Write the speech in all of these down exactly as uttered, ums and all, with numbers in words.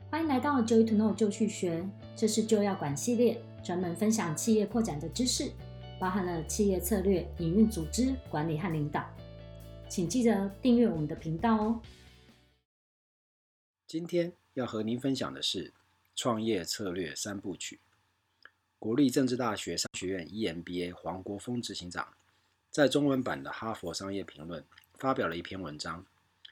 欢迎来到 Joy to Know 就去学，这是就要管系列，专门分享企业扩展的知识，包含了企业策略、营运、组织管理和领导。请记得订阅我们的频道哦。 今天要和您分享的是创业策略三部曲。国立政治大学商学院 E M B A 黄国峰执行长在中文版的哈佛商业评论发表了一篇文章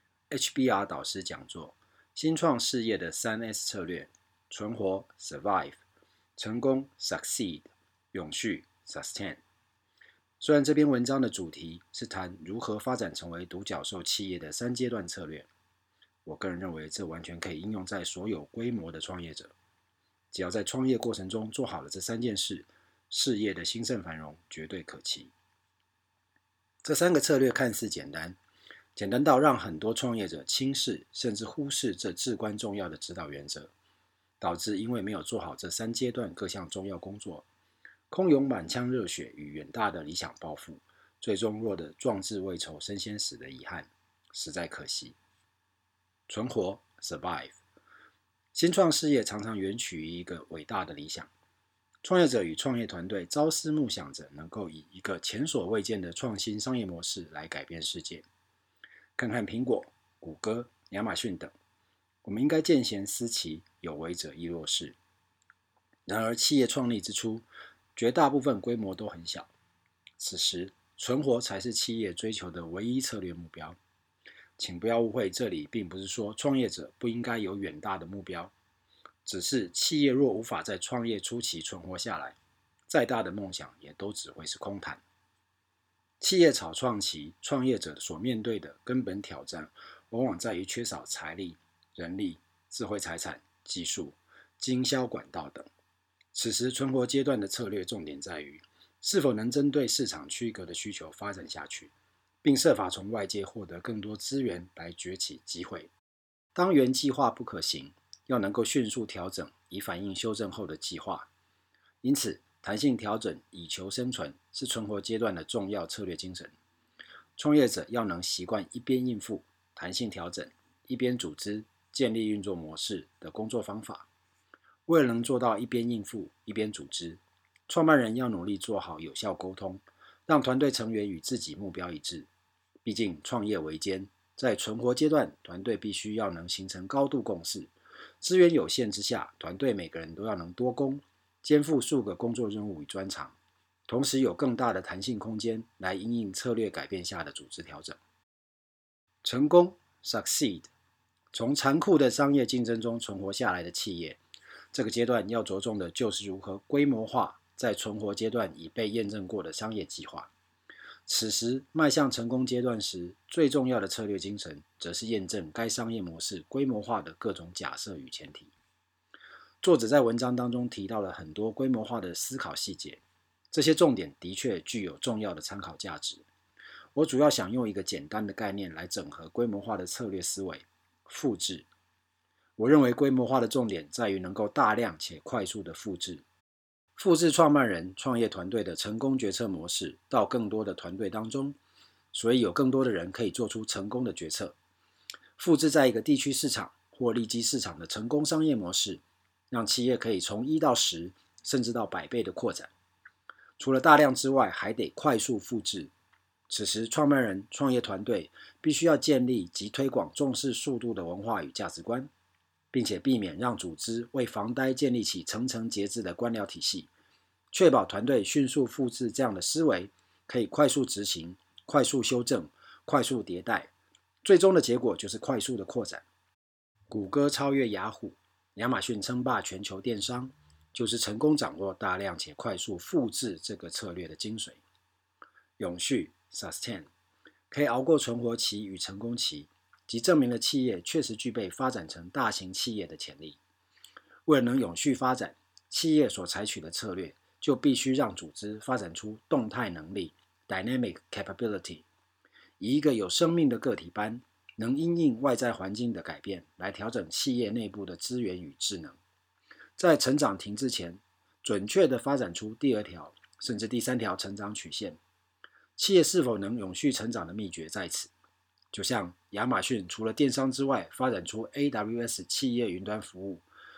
H B R 导师讲座，新创事业的三 S 策略：存活 survive、成功 succeed、永续 sustain。虽然这篇文章的主题是谈如何发展成为独角兽企业的三阶段策略，我个人认为这完全可以应用在所有规模的创业者。只要在创业过程中做好了这三件事，事业的兴盛繁荣绝对可期。这三个策略看似简单，简单到让很多创业者轻视甚至忽视这至关重要的指导原则，导致因为没有做好这三阶段各项重要工作，空有满腔热血与远大的理想抱负，最终落得壮志未酬身先死的遗憾，实在可惜。存活 survive。 新创事业常常源起于一个伟大的理想，创业者与创业团队朝思暮想着能够以一个前所未见的创新商业模式来改变世界。看看苹果、谷歌、亚马逊等，我们应该见贤思齐，有为者亦若是。然而企业创立之初，绝大部分规模都很小，此时存活才是企业追求的唯一策略目标。请不要误会，这里并不是说创业者不应该有远大的目标，只是企业若无法在创业初期存活下来，再大的梦想也都只会是空谈。企业草创期，创业者所面对的根本挑战，往往在于缺少财力、人力、智慧财产、技术、经销管道等。此时存活阶段的策略重点在于，是否能针对市场区隔的需求发展下去，并设法从外界获得更多资源来崛起机会。当原计划不可行，要能够迅速调整，以反映修正后的计划。因此，弹性调整以求生存是存活阶段的重要策略精神。创业者要能习惯一边应付、弹性调整，一边组织、建立运作模式的工作方法。为了能做到一边应付、一边组织，创办人要努力做好有效沟通，让团队成员与自己目标一致。毕竟创业维艰，在存活阶段，团队必须要能形成高度共识。资源有限之下，团队每个人都要能多工，肩负数个工作任务与专长，同时有更大的弹性空间来因应策略改变下的组织调整。成功 succeed。 从残酷的商业竞争中存活下来的企业，这个阶段要着重的就是如何规模化在存活阶段已被验证过的商业计划。此时迈向成功阶段时，最重要的策略精神则是验证该商业模式规模化的各种假设与前提。作者在文章当中提到了很多规模化的思考细节，这些重点的确具有重要的参考价值。我主要想用一个简单的概念来整合规模化的策略思维：复制。我认为规模化的重点在于能够大量且快速的复制。复制创办人、创业团队的成功决策模式到更多的团队当中，所以有更多的人可以做出成功的决策。复制在一个地区市场或利基市场的成功商业模式，让企业可以从一到十，甚至到百倍的扩展。除了大量之外，还得快速复制。此时，创办人、创业团队必须要建立及推广重视速度的文化与价值观，并且避免让组织为防呆建立起层层节制的官僚体系，确保团队迅速复制这样的思维，可以快速执行、快速修正、快速迭代，最终的结果就是快速的扩展。谷歌超越雅虎，亚马逊称霸全球电商，就是成功掌握大量且快速复制这个策略的精髓。永续 sustain， 可以熬过存活期与成功期，即证明了企业确实具备发展成大型企业的潜力。为了能永续发展，企业所采取的策略就必须让组织发展出动态能力 dynamic capability， 以一个有生命的个体般，能因应外在环境的改变来调整企业内部的资源与智能。在成长停滞前，准确地发展出第二条甚至第三条成长曲线。企业是否能永续成长的秘诀在此。就像亚马逊除了电商之外，发展出 A W S 企业云端服务，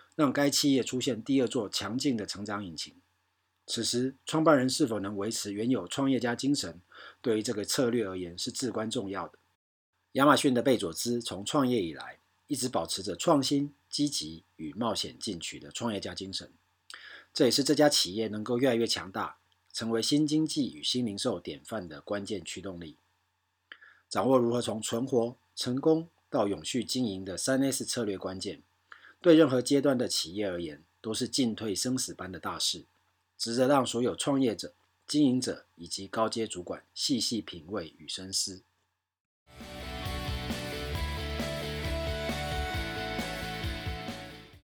让该企业出现第二座强劲的成长引擎。此时，创办人是否能维持原有创业家精神，对于这个策略而言是至关重要的。亚马逊的贝佐兹从创业以来，一直保持着创新、积极与冒险进取的创业家精神，这也是这家企业能够越来越强大，成为新经济与新零售典范的关键驱动力。掌握如何从存活、成功到永续经营的 三 S 策略关键，对任何阶段的企业而言，都是进退生死般的大事，值得让所有创业者、经营者以及高阶主管细细品味与深思。